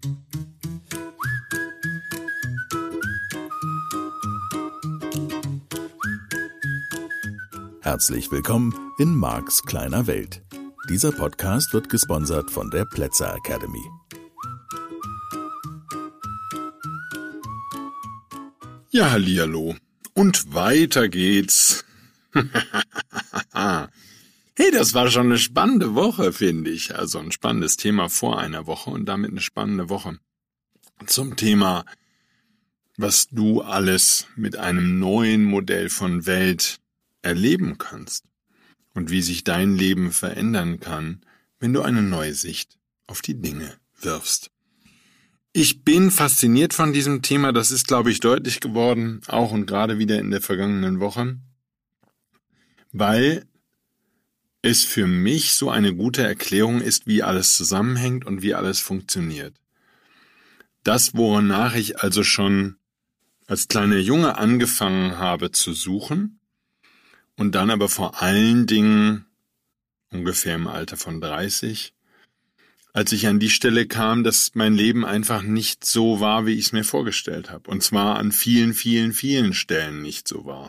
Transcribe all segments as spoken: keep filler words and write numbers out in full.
Herzlich willkommen in Marks kleiner Welt. Dieser Podcast wird gesponsert von der Plätzer Academy. Ja, hallihallo. Und weiter geht's. Hey, das war schon eine spannende Woche, finde ich. Also ein spannendes Thema vor einer Woche und damit eine spannende Woche zum Thema, was du alles mit einem neuen Modell von Welt erleben kannst und wie sich dein Leben verändern kann, wenn du eine neue Sicht auf die Dinge wirfst. Ich bin fasziniert von diesem Thema, das ist, glaube ich, deutlich geworden, auch und gerade wieder in der vergangenen Woche, weil es für mich so eine gute Erklärung ist, wie alles zusammenhängt und wie alles funktioniert. Das, wonach ich also schon als kleiner Junge angefangen habe zu suchen, und dann aber vor allen Dingen, ungefähr im Alter von dreißig, als ich an die Stelle kam, dass mein Leben einfach nicht so war, wie ich es mir vorgestellt habe. Und zwar an vielen, vielen, vielen Stellen nicht so war.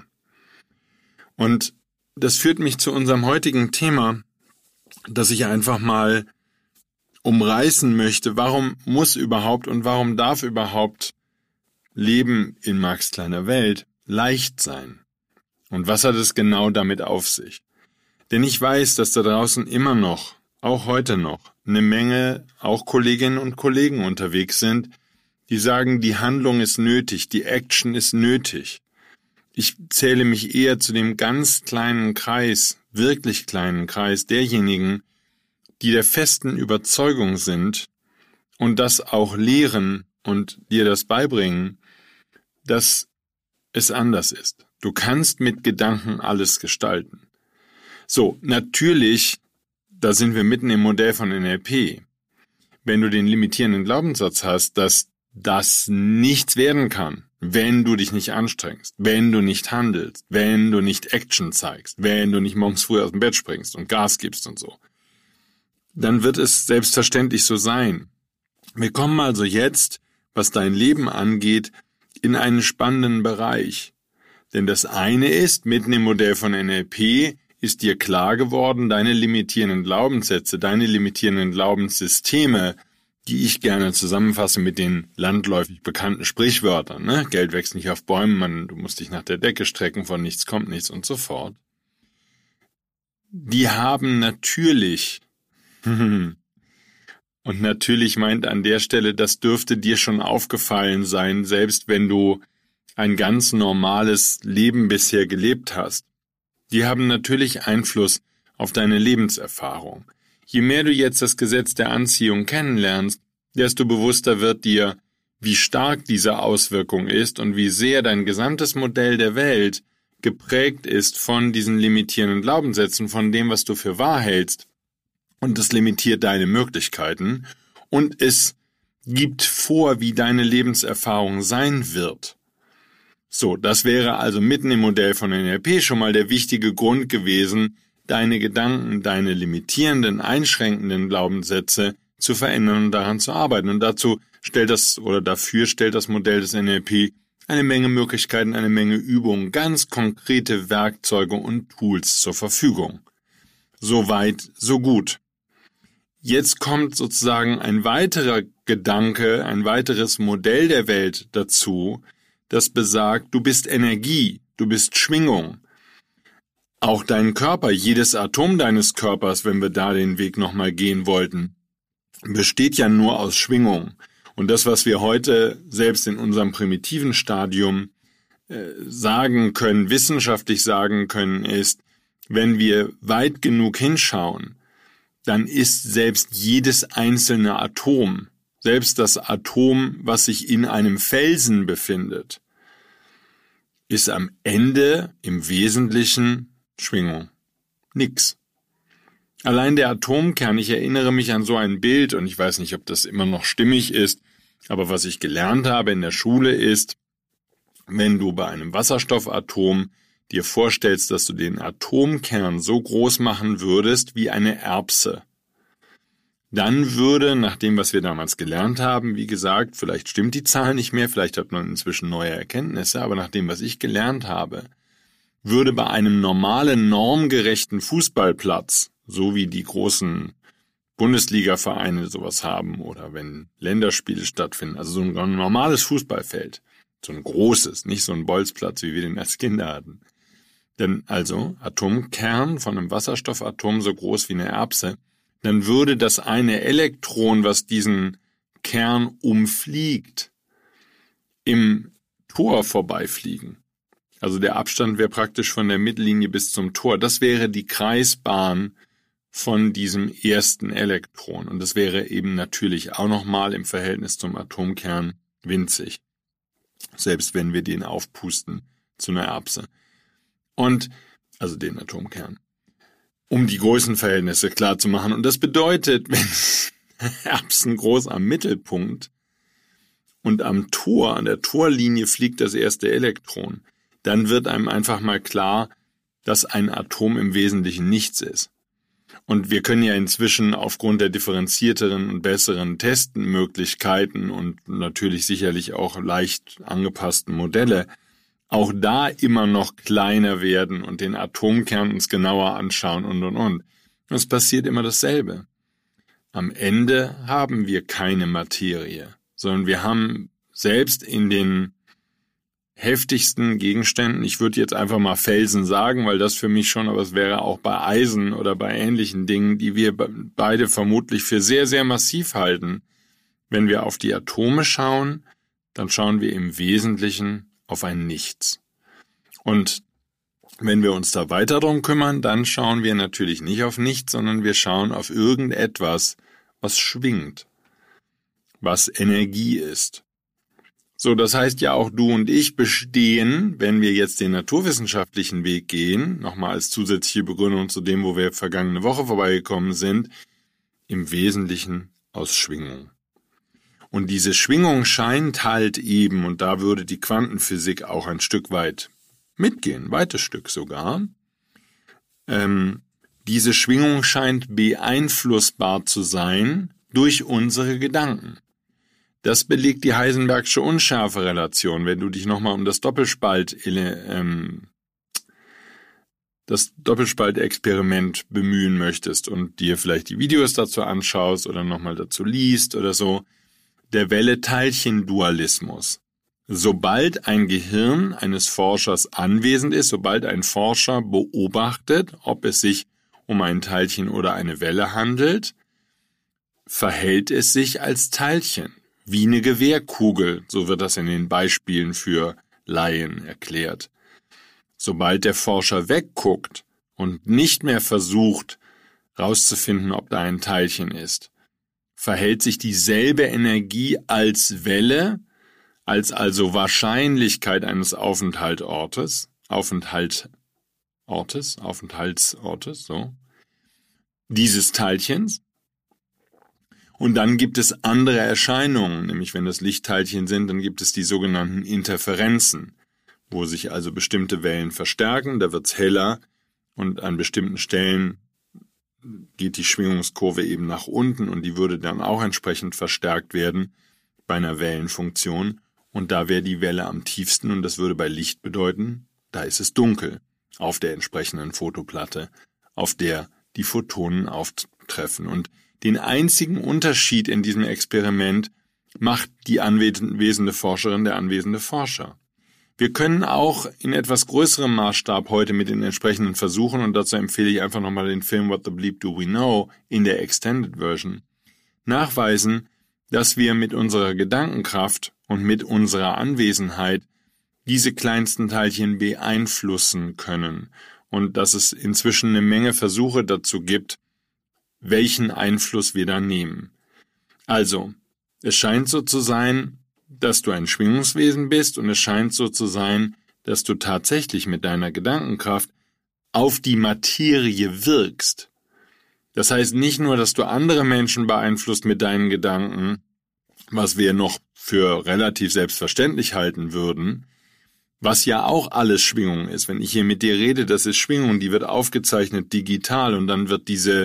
Und das führt mich zu unserem heutigen Thema, das ich einfach mal umreißen möchte. Warum muss überhaupt und warum darf überhaupt Leben in Marks kleiner Welt leicht sein? Und was hat es genau damit auf sich? Denn ich weiß, dass da draußen immer noch, auch heute noch, eine Menge, auch Kolleginnen und Kollegen unterwegs sind, die sagen, die Handlung ist nötig, die Action ist nötig. Ich zähle mich eher zu dem ganz kleinen Kreis, wirklich kleinen Kreis derjenigen, die der festen Überzeugung sind und das auch lehren und dir das beibringen, dass es anders ist. Du kannst mit Gedanken alles gestalten. So, natürlich, da sind wir mitten im Modell von N L P. Wenn du den limitierenden Glaubenssatz hast, dass das nichts werden kann, wenn du dich nicht anstrengst, wenn du nicht handelst, wenn du nicht Action zeigst, wenn du nicht morgens früh aus dem Bett springst und Gas gibst und so, dann wird es selbstverständlich so sein. Wir kommen also jetzt, was dein Leben angeht, in einen spannenden Bereich. Denn das eine ist, mitten im Modell von N L P ist dir klar geworden, deine limitierenden Glaubenssätze, deine limitierenden Glaubenssysteme, die ich gerne zusammenfasse mit den landläufig bekannten Sprichwörtern, ne? Geld wächst nicht auf Bäumen, man, du musst dich nach der Decke strecken, von nichts kommt nichts und so fort. Die haben natürlich, und natürlich meint an der Stelle, das dürfte dir schon aufgefallen sein, selbst wenn du ein ganz normales Leben bisher gelebt hast. Die haben natürlich Einfluss auf deine Lebenserfahrung. Je mehr du jetzt das Gesetz der Anziehung kennenlernst, desto bewusster wird dir, wie stark diese Auswirkung ist und wie sehr dein gesamtes Modell der Welt geprägt ist von diesen limitierenden Glaubenssätzen, von dem, was du für wahr hältst. Und es limitiert deine Möglichkeiten und es gibt vor, wie deine Lebenserfahrung sein wird. So, das wäre also mitten im Modell von N L P schon mal der wichtige Grund gewesen, deine Gedanken, deine limitierenden, einschränkenden Glaubenssätze zu verändern und daran zu arbeiten. Und dazu stellt das, oder dafür stellt das Modell des N L P eine Menge Möglichkeiten, eine Menge Übungen, ganz konkrete Werkzeuge und Tools zur Verfügung. So weit, so gut. Jetzt kommt sozusagen ein weiterer Gedanke, ein weiteres Modell der Welt dazu, das besagt, du bist Energie, du bist Schwingung. Auch dein Körper, jedes Atom deines Körpers, wenn wir da den Weg nochmal gehen wollten, besteht ja nur aus Schwingung. Und das, was wir heute selbst in unserem primitiven Stadium äh, sagen können, wissenschaftlich sagen können, ist, wenn wir weit genug hinschauen, dann ist selbst jedes einzelne Atom, selbst das Atom, was sich in einem Felsen befindet, ist am Ende im Wesentlichen Schwingung. Nix. Allein der Atomkern, ich erinnere mich an so ein Bild, und ich weiß nicht, ob das immer noch stimmig ist, aber was ich gelernt habe in der Schule ist, wenn du bei einem Wasserstoffatom dir vorstellst, dass du den Atomkern so groß machen würdest wie eine Erbse, dann würde, nach dem, was wir damals gelernt haben, wie gesagt, vielleicht stimmt die Zahl nicht mehr, vielleicht hat man inzwischen neue Erkenntnisse, aber nach dem, was ich gelernt habe, würde bei einem normalen, normgerechten Fußballplatz, so wie die großen Bundesliga-Vereine sowas haben oder wenn Länderspiele stattfinden, also so ein normales Fußballfeld, so ein großes, nicht so ein Bolzplatz, wie wir den als Kinder hatten. Denn also Atomkern von einem Wasserstoffatom so groß wie eine Erbse, dann würde das eine Elektron, was diesen Kern umfliegt, im Tor vorbeifliegen. Also der Abstand wäre praktisch von der Mittellinie bis zum Tor. Das wäre die Kreisbahn von diesem ersten Elektron. Und das wäre eben natürlich auch nochmal im Verhältnis zum Atomkern winzig. Selbst wenn wir den aufpusten zu einer Erbse. Und, also den Atomkern. Um die Größenverhältnisse klar zu machen. Und das bedeutet, wenn Erbsen groß am Mittelpunkt und am Tor, an der Torlinie fliegt das erste Elektron, dann wird einem einfach mal klar, dass ein Atom im Wesentlichen nichts ist. Und wir können ja inzwischen aufgrund der differenzierteren und besseren Testenmöglichkeiten und natürlich sicherlich auch leicht angepassten Modelle auch da immer noch kleiner werden und den Atomkern uns genauer anschauen und, und, und. Es passiert immer dasselbe. Am Ende haben wir keine Materie, sondern wir haben selbst in den heftigsten Gegenständen, ich würde jetzt einfach mal Felsen sagen, weil das für mich schon, aber es wäre auch bei Eisen oder bei ähnlichen Dingen, die wir beide vermutlich für sehr, sehr massiv halten. Wenn wir auf die Atome schauen, dann schauen wir im Wesentlichen auf ein Nichts. Und wenn wir uns da weiter drum kümmern, dann schauen wir natürlich nicht auf nichts, sondern wir schauen auf irgendetwas, was schwingt, was Energie ist. So, das heißt ja auch du und ich bestehen, wenn wir jetzt den naturwissenschaftlichen Weg gehen, nochmal als zusätzliche Begründung zu dem, wo wir vergangene Woche vorbeigekommen sind, im Wesentlichen aus Schwingung. Und diese Schwingung scheint halt eben, und da würde die Quantenphysik auch ein Stück weit mitgehen, weites Stück sogar, ähm, diese Schwingung scheint beeinflussbar zu sein durch unsere Gedanken. Das belegt die Heisenbergsche Unschärferelation, wenn du dich nochmal um das Doppelspalt, ähm, das Doppelspaltexperiment bemühen möchtest und dir vielleicht die Videos dazu anschaust oder nochmal dazu liest oder so. Der Welle-Teilchen-Dualismus. Sobald ein Gehirn eines Forschers anwesend ist, sobald ein Forscher beobachtet, ob es sich um ein Teilchen oder eine Welle handelt, verhält es sich als Teilchen, wie eine Gewehrkugel, so wird das in den Beispielen für Laien erklärt. Sobald der Forscher wegguckt und nicht mehr versucht, rauszufinden, ob da ein Teilchen ist, verhält sich dieselbe Energie als Welle, als also Wahrscheinlichkeit eines Aufenthaltsortes, Aufenthaltortes, Aufenthaltsortes, so, dieses Teilchens. Und dann gibt es andere Erscheinungen, nämlich wenn das Lichtteilchen sind, dann gibt es die sogenannten Interferenzen, wo sich also bestimmte Wellen verstärken, da wird's heller und an bestimmten Stellen geht die Schwingungskurve eben nach unten und die würde dann auch entsprechend verstärkt werden bei einer Wellenfunktion und da wäre die Welle am tiefsten und das würde bei Licht bedeuten, da ist es dunkel auf der entsprechenden Fotoplatte, auf der die Photonen auftreffen. Und den einzigen Unterschied in diesem Experiment macht die anwesende Forscherin, der anwesende Forscher. Wir können auch in etwas größerem Maßstab heute mit den entsprechenden Versuchen, und dazu empfehle ich einfach nochmal den Film What the Bleep Do We Know in der Extended Version, nachweisen, dass wir mit unserer Gedankenkraft und mit unserer Anwesenheit diese kleinsten Teilchen beeinflussen können und dass es inzwischen eine Menge Versuche dazu gibt, welchen Einfluss wir da nehmen. Also, es scheint so zu sein, dass du ein Schwingungswesen bist und es scheint so zu sein, dass du tatsächlich mit deiner Gedankenkraft auf die Materie wirkst. Das heißt nicht nur, dass du andere Menschen beeinflusst mit deinen Gedanken, was wir noch für relativ selbstverständlich halten würden, was ja auch alles Schwingung ist. Wenn ich hier mit dir rede, das ist Schwingung, die wird aufgezeichnet digital und dann wird diese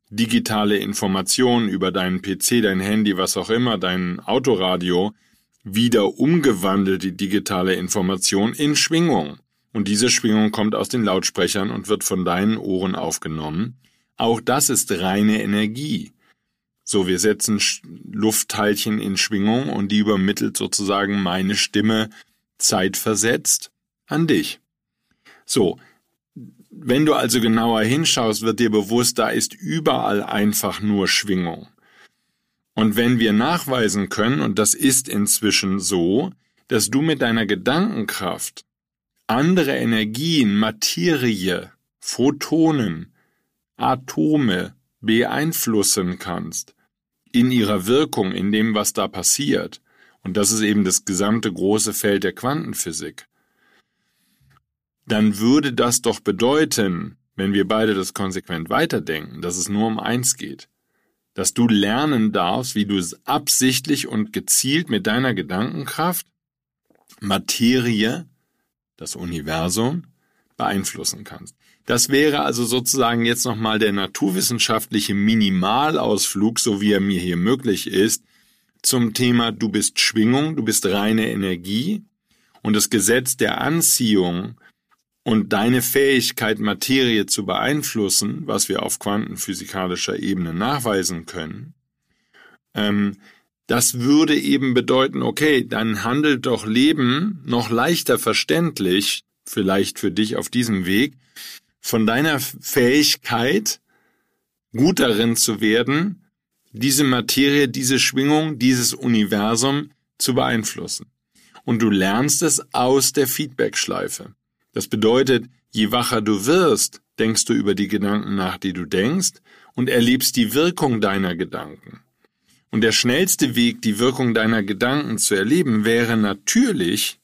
digitale Information über deinen P C, dein Handy, was auch immer, dein Autoradio, wieder umgewandelt, die digitale Information, in Schwingung. Und diese Schwingung kommt aus den Lautsprechern und wird von deinen Ohren aufgenommen. Auch das ist reine Energie. So, wir setzen Luftteilchen in Schwingung und die übermittelt sozusagen meine Stimme zeitversetzt an dich. So, wenn du also genauer hinschaust, wird dir bewusst, da ist überall einfach nur Schwingung. Und wenn wir nachweisen können, und das ist inzwischen so, dass du mit deiner Gedankenkraft andere Energien, Materie, Photonen, Atome beeinflussen kannst, in ihrer Wirkung, in dem, was da passiert, und das ist eben das gesamte große Feld der Quantenphysik, dann würde das doch bedeuten, wenn wir beide das konsequent weiterdenken, dass es nur um eins geht, dass du lernen darfst, wie du es absichtlich und gezielt mit deiner Gedankenkraft Materie, das Universum, beeinflussen kannst. Das wäre also sozusagen jetzt nochmal der naturwissenschaftliche Minimalausflug, so wie er mir hier möglich ist, zum Thema du bist Schwingung, du bist reine Energie und das Gesetz der Anziehung und deine Fähigkeit, Materie zu beeinflussen, was wir auf quantenphysikalischer Ebene nachweisen können, ähm, das würde eben bedeuten, okay, dann handelt doch Leben noch leichter verständlich, vielleicht für dich auf diesem Weg, von deiner Fähigkeit, gut darin zu werden, diese Materie, diese Schwingung, dieses Universum zu beeinflussen. Und du lernst es aus der Feedbackschleife. Das bedeutet, je wacher du wirst, denkst du über die Gedanken nach, die du denkst, und erlebst die Wirkung deiner Gedanken. Und der schnellste Weg, die Wirkung deiner Gedanken zu erleben, wäre natürlich,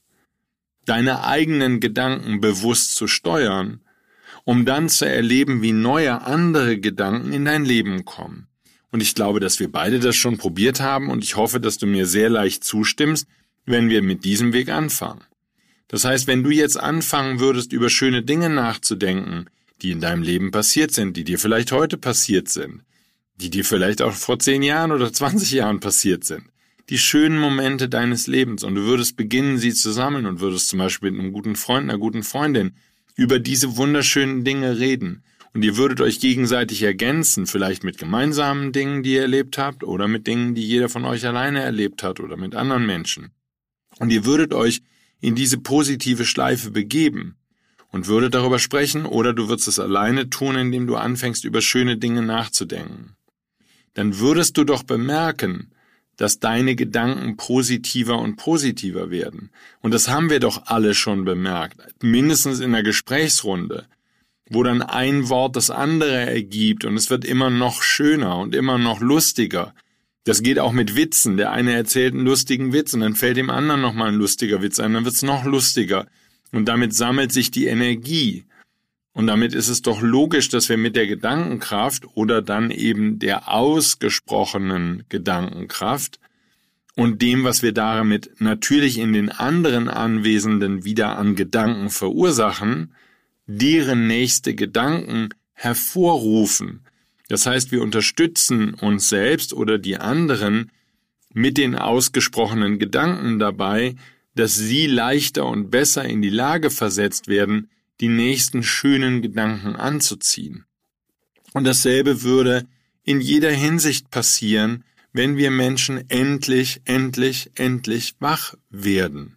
deine eigenen Gedanken bewusst zu steuern, um dann zu erleben, wie neue andere Gedanken in dein Leben kommen. Und ich glaube, dass wir beide das schon probiert haben und ich hoffe, dass du mir sehr leicht zustimmst, wenn wir mit diesem Weg anfangen. Das heißt, wenn du jetzt anfangen würdest, über schöne Dinge nachzudenken, die in deinem Leben passiert sind, die dir vielleicht heute passiert sind, die dir vielleicht auch vor zehn Jahren oder zwanzig Jahren passiert sind, die schönen Momente deines Lebens, und du würdest beginnen, sie zu sammeln und würdest zum Beispiel mit einem guten Freund, einer guten Freundin über diese wunderschönen Dinge reden. Und ihr würdet euch gegenseitig ergänzen, vielleicht mit gemeinsamen Dingen, die ihr erlebt habt, oder mit Dingen, die jeder von euch alleine erlebt hat oder mit anderen Menschen. Und ihr würdet euch in diese positive Schleife begeben und würdet darüber sprechen, oder du würdest es alleine tun, indem du anfängst, über schöne Dinge nachzudenken. Dann würdest du doch bemerken, dass deine Gedanken positiver und positiver werden. Und das haben wir doch alle schon bemerkt, mindestens in der Gesprächsrunde, wo dann ein Wort das andere ergibt und es wird immer noch schöner und immer noch lustiger. Das geht auch mit Witzen. Der eine erzählt einen lustigen Witz und dann fällt dem anderen nochmal ein lustiger Witz ein, dann wird's noch lustiger. Und damit sammelt sich die Energie. Und damit ist es doch logisch, dass wir mit der Gedankenkraft oder dann eben der ausgesprochenen Gedankenkraft und dem, was wir damit natürlich in den anderen Anwesenden wieder an Gedanken verursachen, deren nächste Gedanken hervorrufen. Das heißt, wir unterstützen uns selbst oder die anderen mit den ausgesprochenen Gedanken dabei, dass sie leichter und besser in die Lage versetzt werden, die nächsten schönen Gedanken anzuziehen. Und dasselbe würde in jeder Hinsicht passieren, wenn wir Menschen endlich, endlich, endlich wach werden.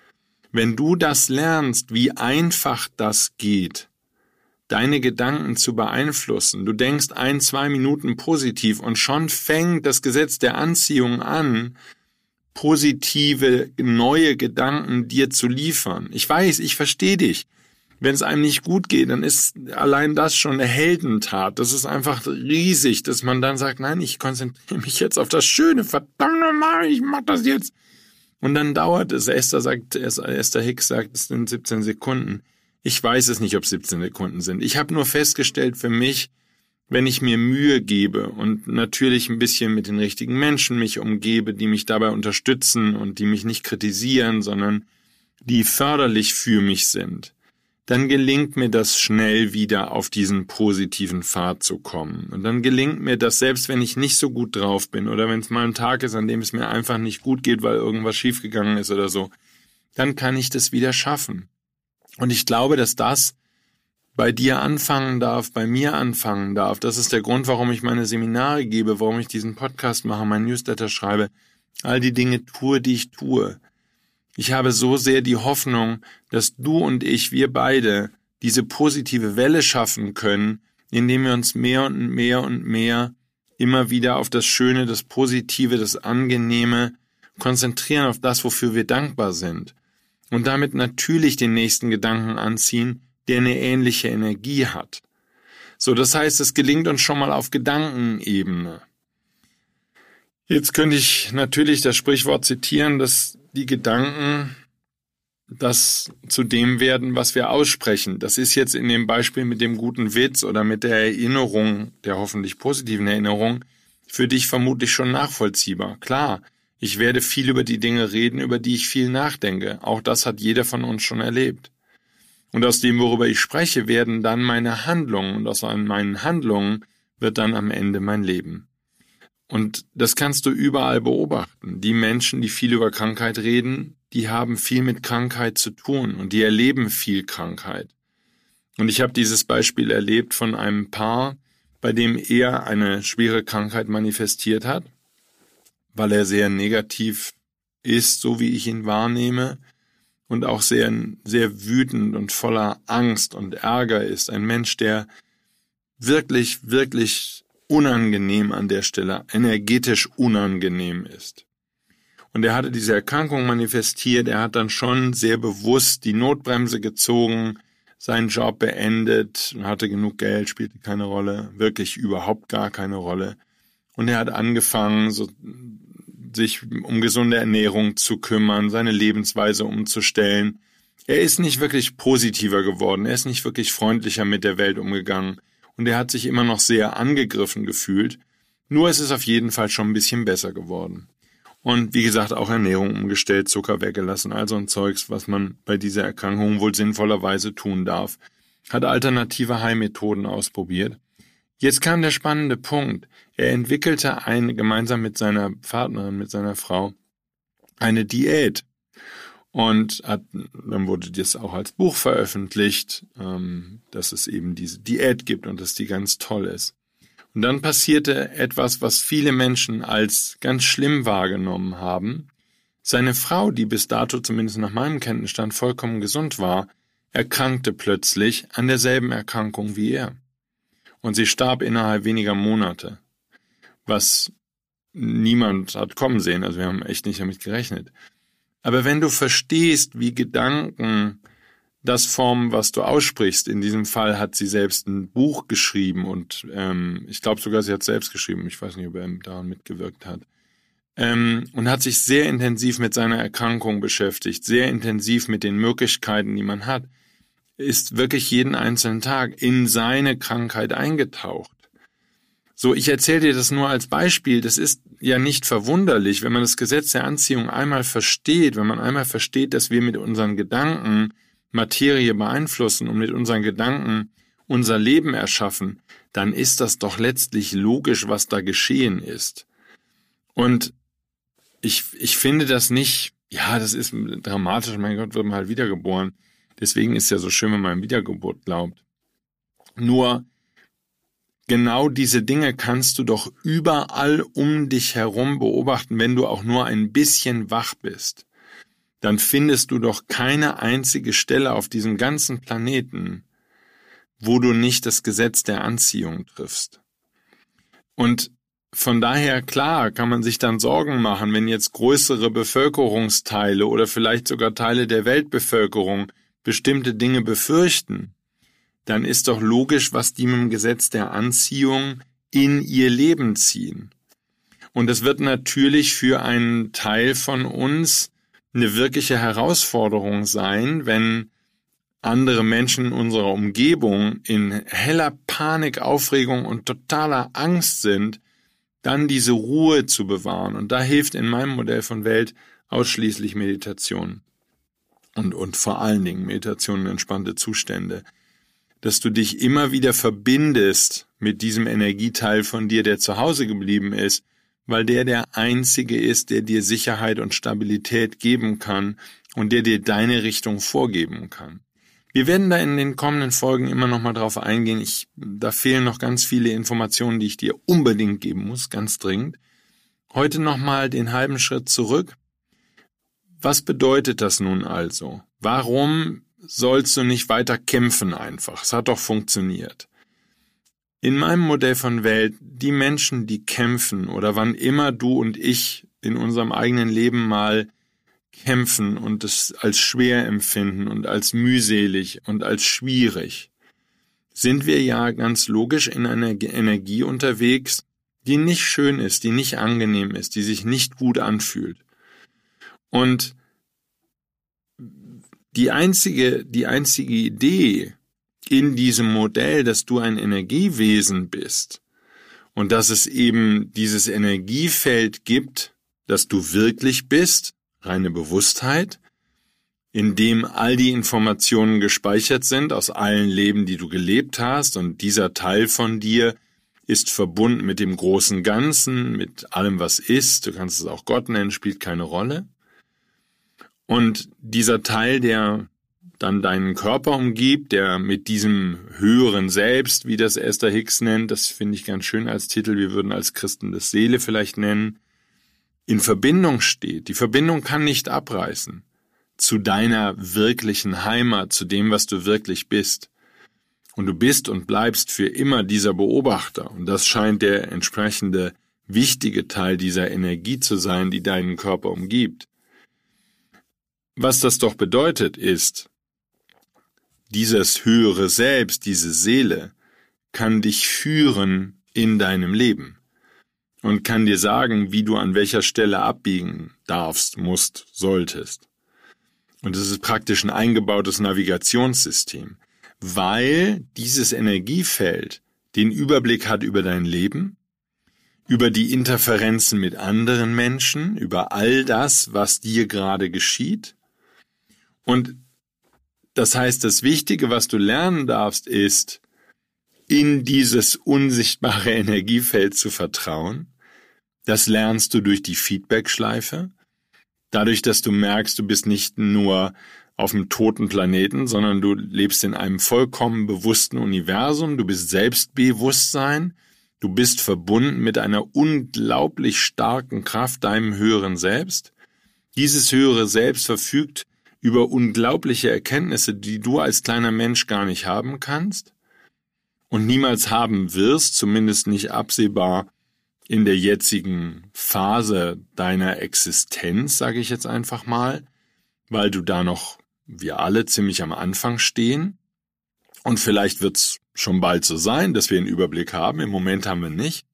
Wenn du das lernst, wie einfach das geht, deine Gedanken zu beeinflussen, du denkst ein, zwei Minuten positiv und schon fängt das Gesetz der Anziehung an, positive, neue Gedanken dir zu liefern. Ich weiß, ich verstehe dich. Wenn es einem nicht gut geht, dann ist allein das schon eine Heldentat. Das ist einfach riesig, dass man dann sagt, nein, ich konzentriere mich jetzt auf das Schöne, verdammt nochmal, ich mach das jetzt. Und dann dauert es, Esther sagt, Esther Hicks sagt, es sind siebzehn Sekunden. Ich weiß es nicht, ob siebzehn Sekunden sind. Ich habe nur festgestellt für mich, wenn ich mir Mühe gebe und natürlich ein bisschen mit den richtigen Menschen mich umgebe, die mich dabei unterstützen und die mich nicht kritisieren, sondern die förderlich für mich sind, dann gelingt mir das schnell wieder auf diesen positiven Pfad zu kommen. Und dann gelingt mir das, selbst wenn ich nicht so gut drauf bin oder wenn es mal ein Tag ist, an dem es mir einfach nicht gut geht, weil irgendwas schiefgegangen ist oder so, dann kann ich das wieder schaffen. Und ich glaube, dass das bei dir anfangen darf, bei mir anfangen darf. Das ist der Grund, warum ich meine Seminare gebe, warum ich diesen Podcast mache, meinen Newsletter schreibe, all die Dinge tue, die ich tue. Ich habe so sehr die Hoffnung, dass du und ich, wir beide, diese positive Welle schaffen können, indem wir uns mehr und mehr und mehr immer wieder auf das Schöne, das Positive, das Angenehme konzentrieren, auf das, wofür wir dankbar sind. Und damit natürlich den nächsten Gedanken anziehen, der eine ähnliche Energie hat. So, das heißt, es gelingt uns schon mal auf Gedankenebene. Jetzt könnte ich natürlich das Sprichwort zitieren, dass die Gedanken das zu dem werden, was wir aussprechen. Das ist jetzt in dem Beispiel mit dem guten Witz oder mit der Erinnerung, der hoffentlich positiven Erinnerung, für dich vermutlich schon nachvollziehbar. Klar, ich werde viel über die Dinge reden, über die ich viel nachdenke. Auch das hat jeder von uns schon erlebt. Und aus dem, worüber ich spreche, werden dann meine Handlungen, und aus meinen Handlungen wird dann am Ende mein Leben. Und das kannst du überall beobachten. Die Menschen, die viel über Krankheit reden, die haben viel mit Krankheit zu tun und die erleben viel Krankheit. Und ich habe dieses Beispiel erlebt von einem Paar, bei dem er eine schwere Krankheit manifestiert hat, weil er sehr negativ ist, so wie ich ihn wahrnehme, und auch sehr, sehr wütend und voller Angst und Ärger ist. Ein Mensch, der wirklich, wirklich unangenehm an der Stelle, energetisch unangenehm ist. Und er hatte diese Erkrankung manifestiert, er hat dann schon sehr bewusst die Notbremse gezogen, seinen Job beendet, hatte genug Geld, spielte keine Rolle, wirklich überhaupt gar keine Rolle. Und er hat angefangen, so, sich um gesunde Ernährung zu kümmern, seine Lebensweise umzustellen. Er ist nicht wirklich positiver geworden, er ist nicht wirklich freundlicher mit der Welt umgegangen. Und er hat sich immer noch sehr angegriffen gefühlt. Nur ist es auf jeden Fall schon ein bisschen besser geworden. Und wie gesagt, auch Ernährung umgestellt, Zucker weggelassen, also ein Zeugs, was man bei dieser Erkrankung wohl sinnvollerweise tun darf. Hat alternative Heilmethoden ausprobiert. Jetzt kam der spannende Punkt. Er entwickelte eine, gemeinsam mit seiner Partnerin, mit seiner Frau, eine Diät. Und hat, dann wurde das auch als Buch veröffentlicht, ähm, dass es eben diese Diät gibt und dass die ganz toll ist. Und dann passierte etwas, was viele Menschen als ganz schlimm wahrgenommen haben. Seine Frau, die bis dato zumindest nach meinem Kenntnisstand vollkommen gesund war, erkrankte plötzlich an derselben Erkrankung wie er. Und sie starb innerhalb weniger Monate, was niemand hat kommen sehen. Also wir haben echt nicht damit gerechnet. Aber wenn du verstehst, wie Gedanken das formen, was du aussprichst, in diesem Fall hat sie selbst ein Buch geschrieben und ähm, ich glaube sogar, sie hat es selbst geschrieben, ich weiß nicht, ob er daran mitgewirkt hat, ähm, und hat sich sehr intensiv mit seiner Erkrankung beschäftigt, sehr intensiv mit den Möglichkeiten, die man hat, ist wirklich jeden einzelnen Tag in seine Krankheit eingetaucht. So, ich erzähle dir das nur als Beispiel, das ist ja nicht verwunderlich, wenn man das Gesetz der Anziehung einmal versteht, wenn man einmal versteht, dass wir mit unseren Gedanken Materie beeinflussen und mit unseren Gedanken unser Leben erschaffen, dann ist das doch letztlich logisch, was da geschehen ist. Und ich, ich finde das nicht, ja, das ist dramatisch, mein Gott, wird man halt wiedergeboren. Deswegen ist es ja so schön, wenn man an Wiedergeburt glaubt. Nur genau diese Dinge kannst du doch überall um dich herum beobachten, wenn du auch nur ein bisschen wach bist. Dann findest du doch keine einzige Stelle auf diesem ganzen Planeten, wo du nicht das Gesetz der Anziehung triffst. Und von daher, klar, kann man sich dann Sorgen machen, wenn jetzt größere Bevölkerungsteile oder vielleicht sogar Teile der Weltbevölkerung bestimmte Dinge befürchten. Dann ist doch logisch, was die mit dem Gesetz der Anziehung in ihr Leben ziehen. Und es wird natürlich für einen Teil von uns eine wirkliche Herausforderung sein, wenn andere Menschen in unserer Umgebung in heller Panik, Aufregung und totaler Angst sind, dann diese Ruhe zu bewahren. Und da hilft in meinem Modell von Welt ausschließlich Meditation. und, und vor allen Dingen Meditation und entspannte Zustände, dass du dich immer wieder verbindest mit diesem Energieteil von dir, der zu Hause geblieben ist, weil der der Einzige ist, der dir Sicherheit und Stabilität geben kann und der dir deine Richtung vorgeben kann. Wir werden da in den kommenden Folgen immer noch mal drauf eingehen. Ich, da fehlen noch ganz viele Informationen, die ich dir unbedingt geben muss, ganz dringend. Heute noch mal den halben Schritt zurück. Was bedeutet das nun also? Warum sollst du nicht weiter kämpfen einfach? Es hat doch funktioniert. In meinem Modell von Welt, die Menschen, die kämpfen oder wann immer du und ich in unserem eigenen Leben mal kämpfen und es als schwer empfinden und als mühselig und als schwierig, sind wir ja ganz logisch in einer Energie unterwegs, die nicht schön ist, die nicht angenehm ist, die sich nicht gut anfühlt. Und die einzige, die einzige Idee in diesem Modell, dass du ein Energiewesen bist und dass es eben dieses Energiefeld gibt, dass du wirklich bist, reine Bewusstheit, in dem all die Informationen gespeichert sind aus allen Leben, die du gelebt hast, und dieser Teil von dir ist verbunden mit dem großen Ganzen, mit allem, was ist. Du kannst es auch Gott nennen, spielt keine Rolle. Und dieser Teil, der dann deinen Körper umgibt, der mit diesem höheren Selbst, wie das Esther Hicks nennt, das finde ich ganz schön als Titel, wir würden als Christen das Seele vielleicht nennen, in Verbindung steht. Die Verbindung kann nicht abreißen zu deiner wirklichen Heimat, zu dem, was du wirklich bist. Und du bist und bleibst für immer dieser Beobachter. Und das scheint der entsprechende wichtige Teil dieser Energie zu sein, die deinen Körper umgibt. Was das doch bedeutet ist, dieses höhere Selbst, diese Seele, kann dich führen in deinem Leben und kann dir sagen, wie du an welcher Stelle abbiegen darfst, musst, solltest. Und es ist praktisch ein eingebautes Navigationssystem, weil dieses Energiefeld den Überblick hat über dein Leben, über die Interferenzen mit anderen Menschen, über all das, was dir gerade geschieht. Und das heißt, das Wichtige, was du lernen darfst, ist, in dieses unsichtbare Energiefeld zu vertrauen. Das lernst du durch die Feedback-Schleife. Dadurch, dass du merkst, du bist nicht nur auf einem toten Planeten, sondern du lebst in einem vollkommen bewussten Universum. Du bist Selbstbewusstsein. Du bist verbunden mit einer unglaublich starken Kraft, deinem höheren Selbst. Dieses höhere Selbst verfügt über unglaubliche Erkenntnisse, die du als kleiner Mensch gar nicht haben kannst und niemals haben wirst, zumindest nicht absehbar in der jetzigen Phase deiner Existenz, sage ich jetzt einfach mal, weil du da noch, wir alle, ziemlich am Anfang stehen. Und vielleicht wird's schon bald so sein, dass wir einen Überblick haben. Im Moment haben wir nicht.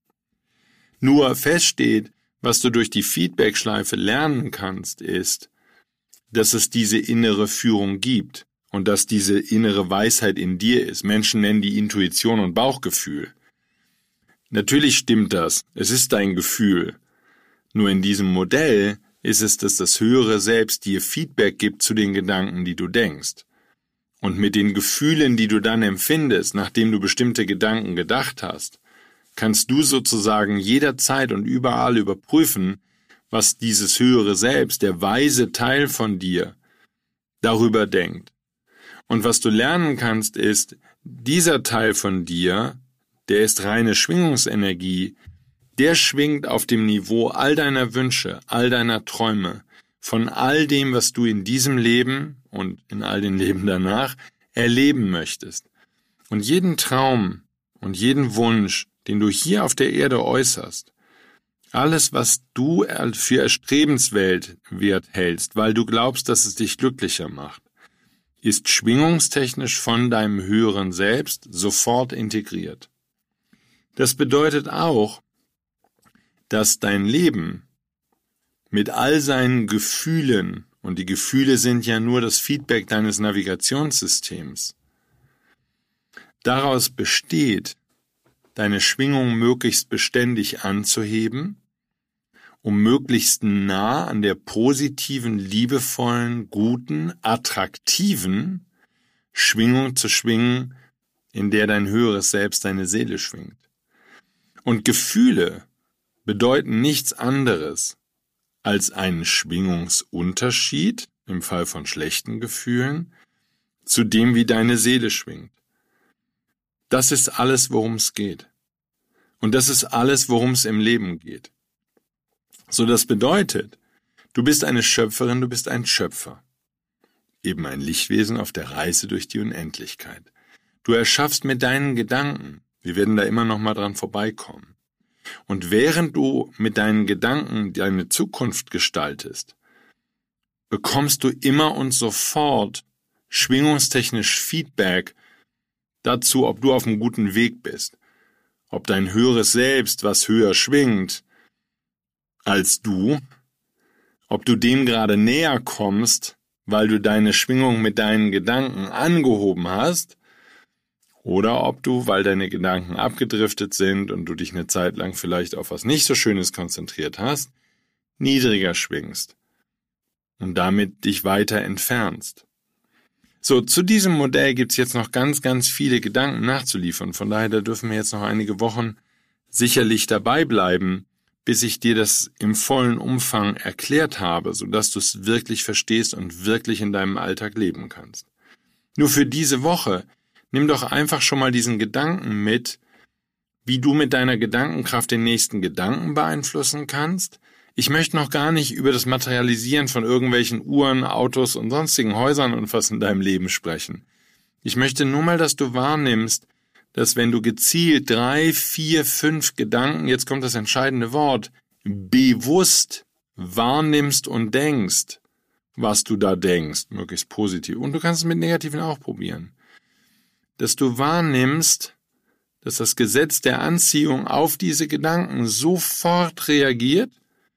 Nur feststeht, was du durch die Feedback-Schleife lernen kannst, ist, dass es diese innere Führung gibt und dass diese innere Weisheit in dir ist. Menschen nennen die Intuition und Bauchgefühl. Natürlich stimmt das, es ist dein Gefühl. Nur in diesem Modell ist es, dass das höhere Selbst dir Feedback gibt zu den Gedanken, die du denkst. Und mit den Gefühlen, die du dann empfindest, nachdem du bestimmte Gedanken gedacht hast, kannst du sozusagen jederzeit und überall überprüfen, was dieses höhere Selbst, der weise Teil von dir, darüber denkt. Und was du lernen kannst, ist, dieser Teil von dir, der ist reine Schwingungsenergie, der schwingt auf dem Niveau all deiner Wünsche, all deiner Träume, von all dem, was du in diesem Leben und in all den Leben danach erleben möchtest. Und jeden Traum und jeden Wunsch, den du hier auf der Erde äußerst, alles, was du für erstrebenswert hältst, weil du glaubst, dass es dich glücklicher macht, ist schwingungstechnisch von deinem höheren Selbst sofort integriert. Das bedeutet auch, dass dein Leben mit all seinen Gefühlen, und die Gefühle sind ja nur das Feedback deines Navigationssystems, daraus besteht, deine Schwingung möglichst beständig anzuheben um möglichst nah an der positiven, liebevollen, guten, attraktiven Schwingung zu schwingen, in der dein höheres Selbst, deine Seele schwingt. Und Gefühle bedeuten nichts anderes als einen Schwingungsunterschied, im Fall von schlechten Gefühlen, zu dem, wie deine Seele schwingt. Das ist alles, worum es geht. Und das ist alles, worum es im Leben geht. So, das bedeutet, du bist eine Schöpferin, du bist ein Schöpfer. Eben ein Lichtwesen auf der Reise durch die Unendlichkeit. Du erschaffst mit deinen Gedanken. Wir werden da immer noch mal dran vorbeikommen. Und während du mit deinen Gedanken deine Zukunft gestaltest, bekommst du immer und sofort schwingungstechnisch Feedback dazu, ob du auf einem guten Weg bist. Ob dein höheres Selbst, was höher schwingt als du, ob du dem gerade näher kommst, weil du deine Schwingung mit deinen Gedanken angehoben hast, oder ob du, weil deine Gedanken abgedriftet sind und du dich eine Zeit lang vielleicht auf was nicht so Schönes konzentriert hast, niedriger schwingst und damit dich weiter entfernst. So, zu diesem Modell gibt's jetzt noch ganz, ganz viele Gedanken nachzuliefern. Von daher, da dürfen wir jetzt noch einige Wochen sicherlich dabei bleiben, bis ich dir das im vollen Umfang erklärt habe, sodass du es wirklich verstehst und wirklich in deinem Alltag leben kannst. Nur für diese Woche nimm doch einfach schon mal diesen Gedanken mit, wie du mit deiner Gedankenkraft den nächsten Gedanken beeinflussen kannst. Ich möchte noch gar nicht über das Materialisieren von irgendwelchen Uhren, Autos und sonstigen Häusern und was in deinem Leben sprechen. Ich möchte nur mal, dass du wahrnimmst, dass wenn du gezielt drei, vier, fünf Gedanken, jetzt kommt das entscheidende Wort, bewusst wahrnimmst und denkst, was du da denkst, möglichst positiv. Und du kannst es mit Negativen auch probieren. Dass du wahrnimmst, dass das Gesetz der Anziehung auf diese Gedanken sofort reagiert,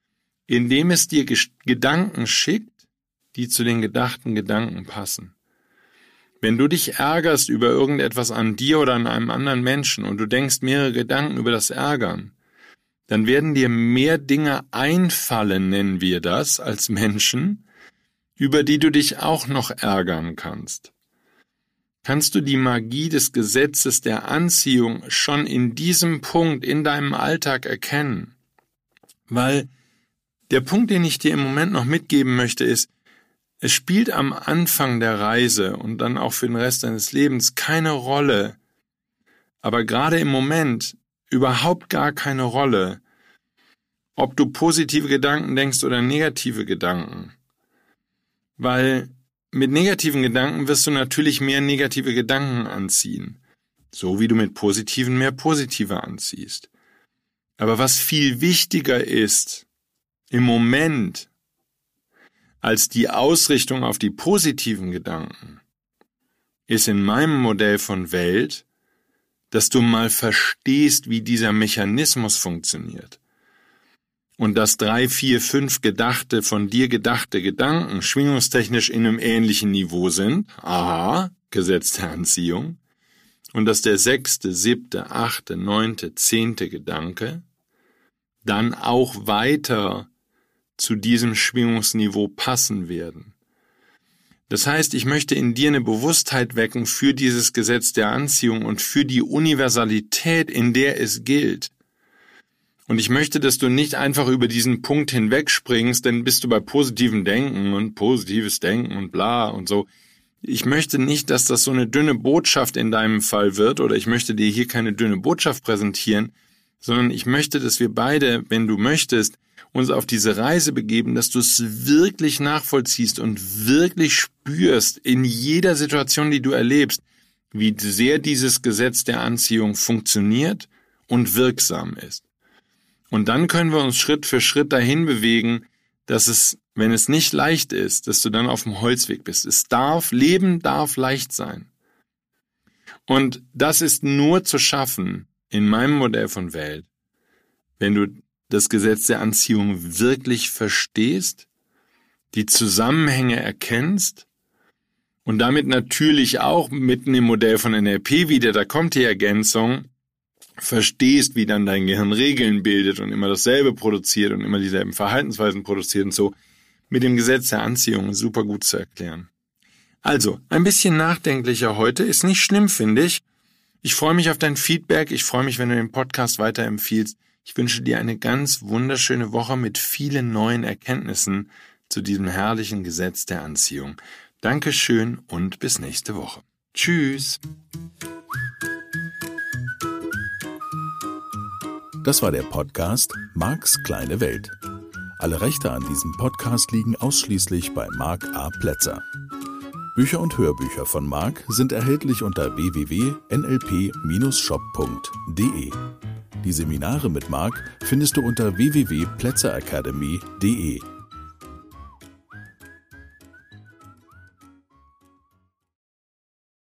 indem es dir Gedanken schickt, die zu den gedachten Gedanken passen. Wenn du dich ärgerst über irgendetwas an dir oder an einem anderen Menschen und du denkst mehrere Gedanken über das Ärgern, dann werden dir mehr Dinge einfallen, nennen wir das, als Menschen, über die du dich auch noch ärgern kannst. Kannst du die Magie des Gesetzes der Anziehung schon in diesem Punkt in deinem Alltag erkennen? Weil der Punkt, den ich dir im Moment noch mitgeben möchte, ist, es spielt am Anfang der Reise und dann auch für den Rest deines Lebens keine Rolle, aber gerade im Moment überhaupt gar keine Rolle, ob du positive Gedanken denkst oder negative Gedanken. Weil mit negativen Gedanken wirst du natürlich mehr negative Gedanken anziehen, so wie du mit positiven mehr positive anziehst. Aber was viel wichtiger ist im Moment als die Ausrichtung auf die positiven Gedanken, ist in meinem Modell von Welt, dass du mal verstehst, wie dieser Mechanismus funktioniert. Und dass drei, vier, fünf gedachte, von dir gedachte Gedanken schwingungstechnisch in einem ähnlichen Niveau sind, aha, Gesetz der Anziehung, und dass der sechste, siebte, achte, neunte, zehnte Gedanke dann auch weiter zu diesem Schwingungsniveau passen werden. Das heißt, ich möchte in dir eine Bewusstheit wecken für dieses Gesetz der Anziehung und für die Universalität, in der es gilt. Und ich möchte, dass du nicht einfach über diesen Punkt hinwegspringst, denn bist du bei positivem Denken und positives Denken und bla und so. Ich möchte nicht, dass das so eine dünne Botschaft in deinem Fall wird, oder ich möchte dir hier keine dünne Botschaft präsentieren, sondern ich möchte, dass wir beide, wenn du möchtest, uns auf diese Reise begeben, dass du es wirklich nachvollziehst und wirklich spürst in jeder Situation, die du erlebst, wie sehr dieses Gesetz der Anziehung funktioniert und wirksam ist. Und dann können wir uns Schritt für Schritt dahin bewegen, dass es, wenn es nicht leicht ist, dass du dann auf dem Holzweg bist. Es darf, Leben darf leicht sein. Und das ist nur zu schaffen in meinem Modell von Welt, wenn du das Gesetz der Anziehung wirklich verstehst, die Zusammenhänge erkennst und damit natürlich auch mitten im Modell von N L P wieder, da kommt die Ergänzung, verstehst, wie dann dein Gehirn Regeln bildet und immer dasselbe produziert und immer dieselben Verhaltensweisen produziert und so, mit dem Gesetz der Anziehung super gut zu erklären. Also, ein bisschen nachdenklicher heute, ist nicht schlimm, finde ich. Ich freue mich auf dein Feedback, ich freue mich, wenn du den Podcast weiterempfiehlst. Ich wünsche dir eine ganz wunderschöne Woche mit vielen neuen Erkenntnissen zu diesem herrlichen Gesetz der Anziehung. Dankeschön und bis nächste Woche. Tschüss! Das war der Podcast Marks kleine Welt. Alle Rechte an diesem Podcast liegen ausschließlich bei Mark A. Plätzer. Bücher und Hörbücher von Mark sind erhältlich unter w w w punkt n l p Bindestrich shop punkt d e. Die Seminare mit Mark findest du unter w w w punkt plätzer academy punkt d e.